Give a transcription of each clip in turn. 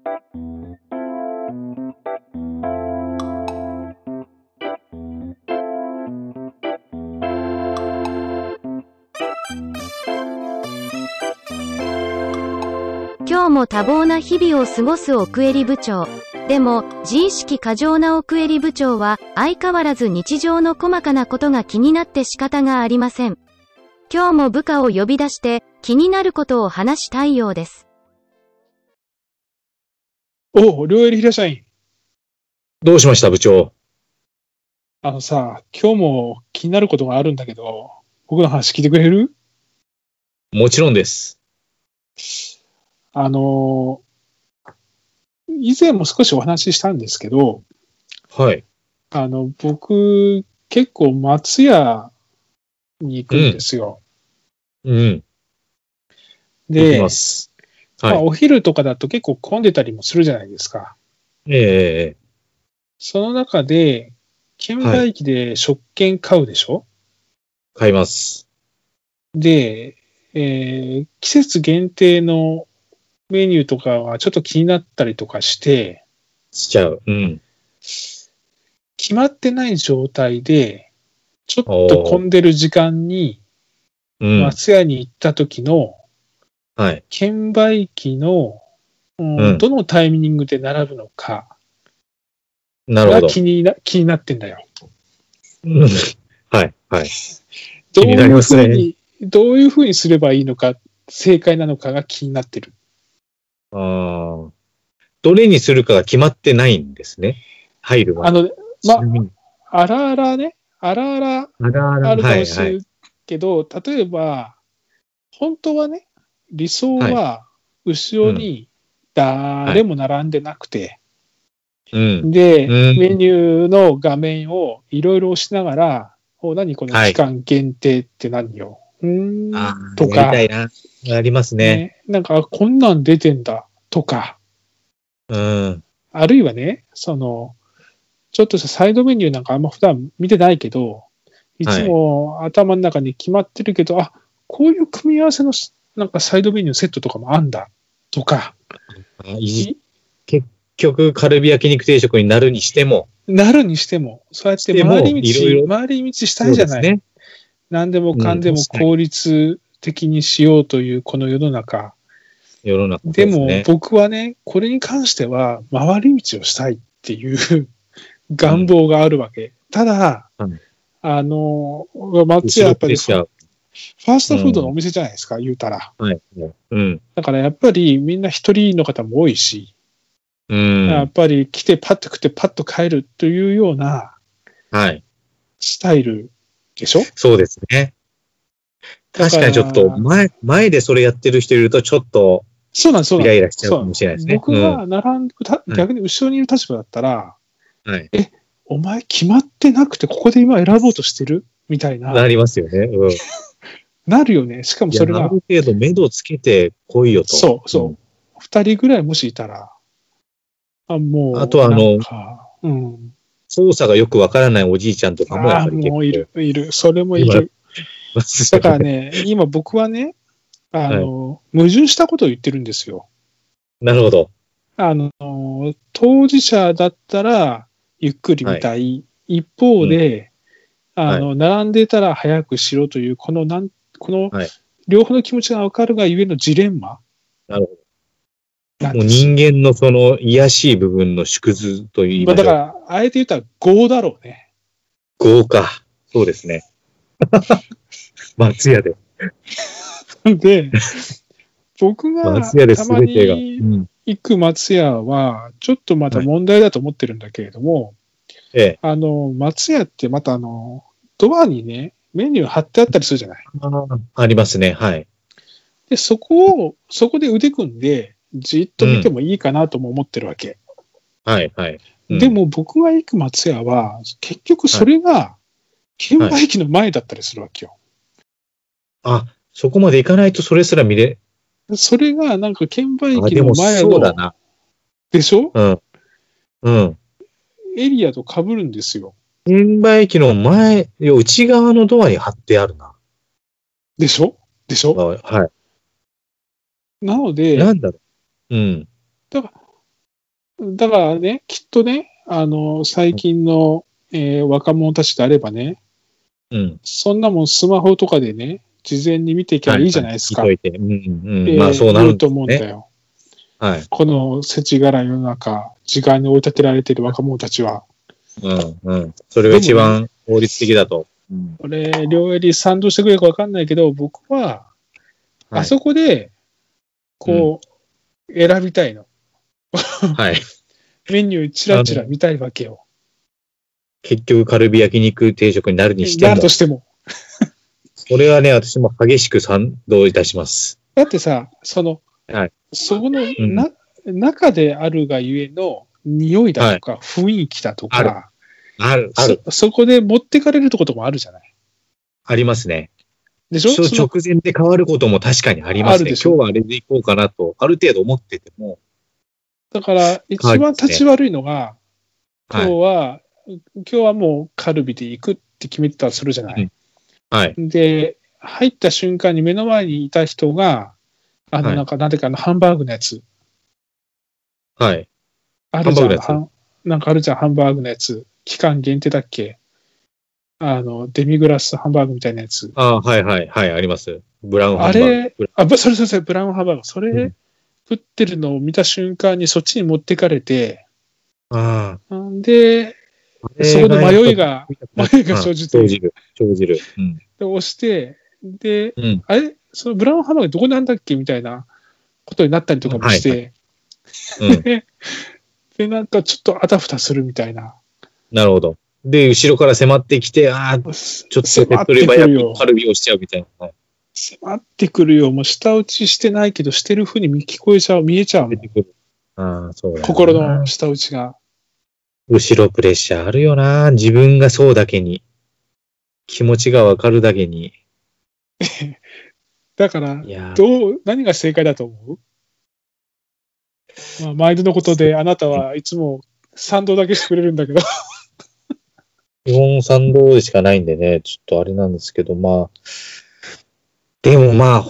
今日も多忙な日々を過ごす奥襟部長。でも、自意識過剰な奥襟部長は、相変わらず日常の細かなことが気になって仕方がありません。今日も部下を呼び出して、気になることを話したいようです。 両襟平社員。 どうしました、部長。 今日も気になることがあるんだけど、僕の話聞いてくれる？ もちろんです。 以前も少しお話ししたんですけど、 はい。 僕、結構松屋に行くんですよ。 うん。 で、 行きます。はい。 お昼とかだと結構混んでたりもするじゃないですか。 ええ。 その中で、券売機で食券買うでしょ？ 買います。 で、季節限定のメニューとかはちょっと気になったりとかして、 しちゃう。うん。 決まってない状態で、ちょっと混んでる時間に、松屋に行った時の、 はい。 券売機の、どのタイミングで並ぶのか、が気になってんだよ。 はい、はい。 どういうふうにすればいいのか、正解なのかが気になってる。 どれにするかが決まってないんですね。入る前。 あらあらあるかもしれないけど、例えば、本当はね、理想は、後ろに誰も並んでなくて、で、メニューの画面をいろいろ押しながら、何この期間限定って何よ。とか。 やりたいな。ありますね。 なんか、こんなん出てんだ。とか。あるいはね、ちょっとしたサイドメニューなんかあんま普段見てないけど、いつも頭の中に決まってるけど、こういう組み合わせのなんかサイドメニューセットとかもあんだ。とか。 結局、カルビ焼肉定食になるにしても。 そうやって回り道したいじゃない。何でもかんでも効率的にしようというこの世の中。でも僕はね、これに関しては回り道をしたいっていう願望があるわけ。ただ、松屋やっぱりファーストフードのお店じゃないですか、言うたら。だからやっぱりみんな一人の方も多いし、やっぱり来てパッと食ってパッと帰るというようなスタイルでしょ？ そうですね。確かにちょっと前でそれやってる人いるとちょっとイライラしちゃうかもしれないですね。 僕が逆に後ろにいる立場だったら、お前決まってなくてここで今選ぼうとしてるみたいな。 なりますよね。 なるよね。しかもそれが。 ある程度目処つけて来いよと。 そう。二人ぐらいもしいたら、もう。 あと操作がよくわからないおじいちゃんとかもやっぱり結構。 もういる。それもいる。だからね、今僕はね、矛盾したことを言ってるんですよ。 なるほど。 当事者だったら、ゆっくり見たい。一方で、並んでたら早くしろという、この両方の気持ちがわかるがゆえのジレンマ。 なるほど。もう人間のその癒しい部分の縮図と言いましょう。 だから、あえて言ったら業だろうね。 業か。そうですね。松屋で。 で、僕がたまに行く松屋は、ちょっとまた問題だと思ってるんだけれども、松屋ってまたドアにね、メニュー貼ってあったりするじゃない。 ありますね。はい。 で、そこで腕組んで、じっと見てもいいかなとも思ってるわけ。 はい。 でも僕が行く松屋は、結局それが、券売機の前だったりするわけよ。 そこまで行かないとそれすら見れ。 それがなんか券売機の前の。 そうだな。 でしょ？エリアと被るんですよ。 券売機の前、内側のドアに貼ってあるな。 でしょ？ はい。 なので、 なんだろう。 だから、 だからね、きっとね、最近の、若者たちであればね、 うん。 そんなもんスマホとかでね、事前に見ていけばいいじゃないですか。 見といて。まあそうなるんと思うんだよ。 はい。 この世知辛い世の中、時間に追い立てられている若者たちは。 それが一番法律的だと。 これ、両襟賛同してくれるか分かんないけど、僕は、あそこで、こう、選びたいの。 はい。 メニューチラチラ見たいわけよ。 結局、カルビ焼肉定食になるにしても。 なるとしても。 それはね、私も激しく賛同いたします。 だってさ、そこの、中であるがゆえの匂いだとか、雰囲気だとか、 ある。 そこで持ってかれるところもあるじゃない。 ありますね。 でしょ？ 直前で変わることも確かにありますね。今日はあれでいこうかなと、ある程度思ってても。 だから、一番立ち悪いのが、今日はもうカルビで行くって決めてたとするじゃない。で、入った瞬間に目の前にいた人が、なんでかハンバーグのやつ。 はい。 あるじゃん。なんかあるじゃん、ハンバーグのやつ。期間限定だっけ？デミグラスハンバーグみたいなやつ。 はい、あります。ブラウンハンバーグ。それ、ブラウンハンバーグ。それ、食ってるのを見た瞬間にそっちに持ってかれて、で、そこの迷いが生じて、 生じる。 で、押して、で、あれそのブラウンハンバーグどこなんだっけみたいなことになったりとかもして、で、なんかちょっとあたふたするみたいな。 なるほど。で、後ろから迫ってきて、ちょっと手っ取り早くカルビをしちゃうみたいな。 迫ってくるよ。もう舌打ちしてないけど、してる風に見えちゃうもん。 そうだ。 心の舌打ちが。 後ろプレッシャーあるよな。自分がそうだけに。気持ちがわかるだけに。 だから、何が正解だと思う？まあ、毎度のことで、あなたはいつも賛同だけしてくれるんだけど。 基本賛同でしかないんでね、ちょっとあれなんですけど、でも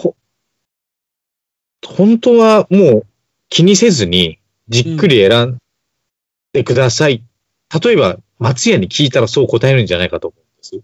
本当はもう気にせずにじっくり選んでください。例えば、松屋に聞いたらそう答えるんじゃないかと思うんです。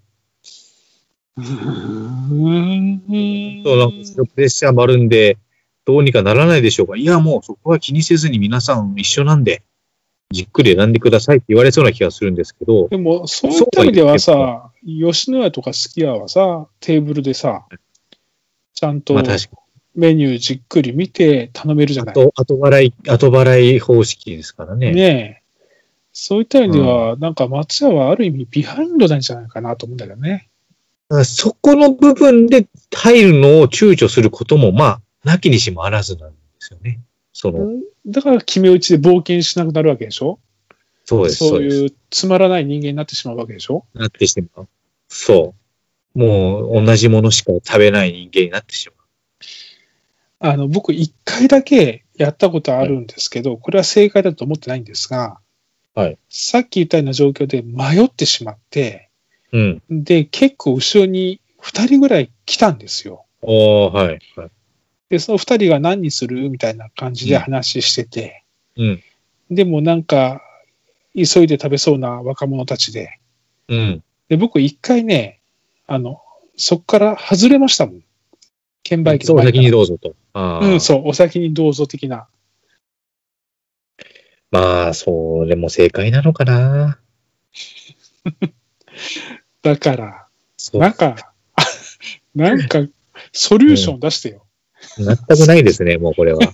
プレッシャーもあるんで、どうにかならないでしょうか。いや、もうそこは気にせずに皆さん一緒なんで、じっくり選んでくださいって言われそうな気がするんですけど。 でも、そういった意味ではさ、吉野家とかすき家はさ、テーブルでさ、ちゃんとメニューじっくり見て頼めるじゃない。 後払い方式ですからね。 ねえ。そういった意味では、なんか松屋はある意味ビハインドなんじゃないかなと思うんだけどね。 そこの部分で入るのを躊躇することも、なきにしもあらずなんですよね。 だから決め打ちで冒険しなくなるわけでしょ？ そうです。 そういうつまらない人間になってしまうわけでしょ？ なってしまう。そう。もう同じものしか食べない人間になってしまう。僕一回だけやったことあるんですけど、これは正解だと思ってないんですが、さっき言ったような状況で迷ってしまって、で、結構後ろに2人ぐらい来たんですよ。で、その2人が何にするみたいな感じで話してて、でもなんか、急いで食べそうな若者たちで、で、僕一回ね、そこから外れましたもん。券売機の前から。 お先にどうぞと。 そう、お先にどうぞ的な。 それも正解なのかな。 だから、なんか、ソリューション出してよ。 全くないですね、もうこれは。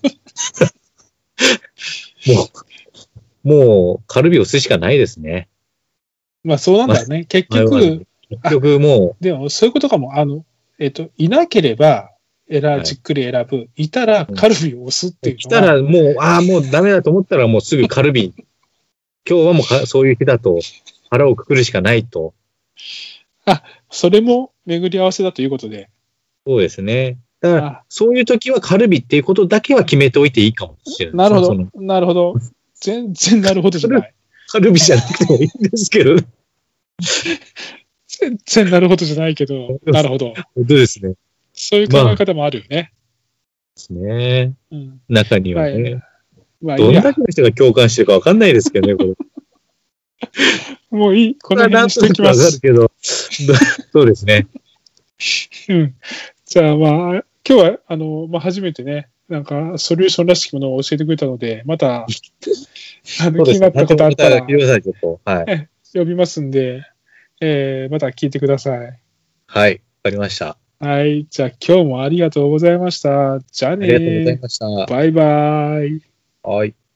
もう、カルビをすしかないですね。 そうなんだよね。結局もう。でも、そういうことかも。いなければ、じっくり選ぶ。いたら、カルビを押すっていうのは。 来たら、もうダメだと思ったら、もうすぐカルビ。今日はもうそういう日だと、腹をくくるしかないと。 それも巡り合わせだということで。 そうですね。だから、そういう時はカルビっていうことだけは決めておいていいかもしれない。 なるほど。なるほど。全然なるほどじゃない。 カルビじゃなくてもいいんですけど。 全然なるほどじゃないけど、なるほど。 本当ですね。 そういう考え方もあるよね。 ですね。中にはね。 まあいいや。 どんだけの人が共感してるかわかんないですけどね、これ。 もういい。この辺にしておきます。 わかるけど、そうですね。 うん。じゃあまあ、今日は、まあ初めてね、なんか、ソリューションらしきものを教えてくれたので、また、気になったことあったら、呼びますんで、また聞いてください。 はい、わかりました。 はい。じゃあ今日もありがとうございました。じゃあね。 ありがとうございました。 バイバイ。 はい。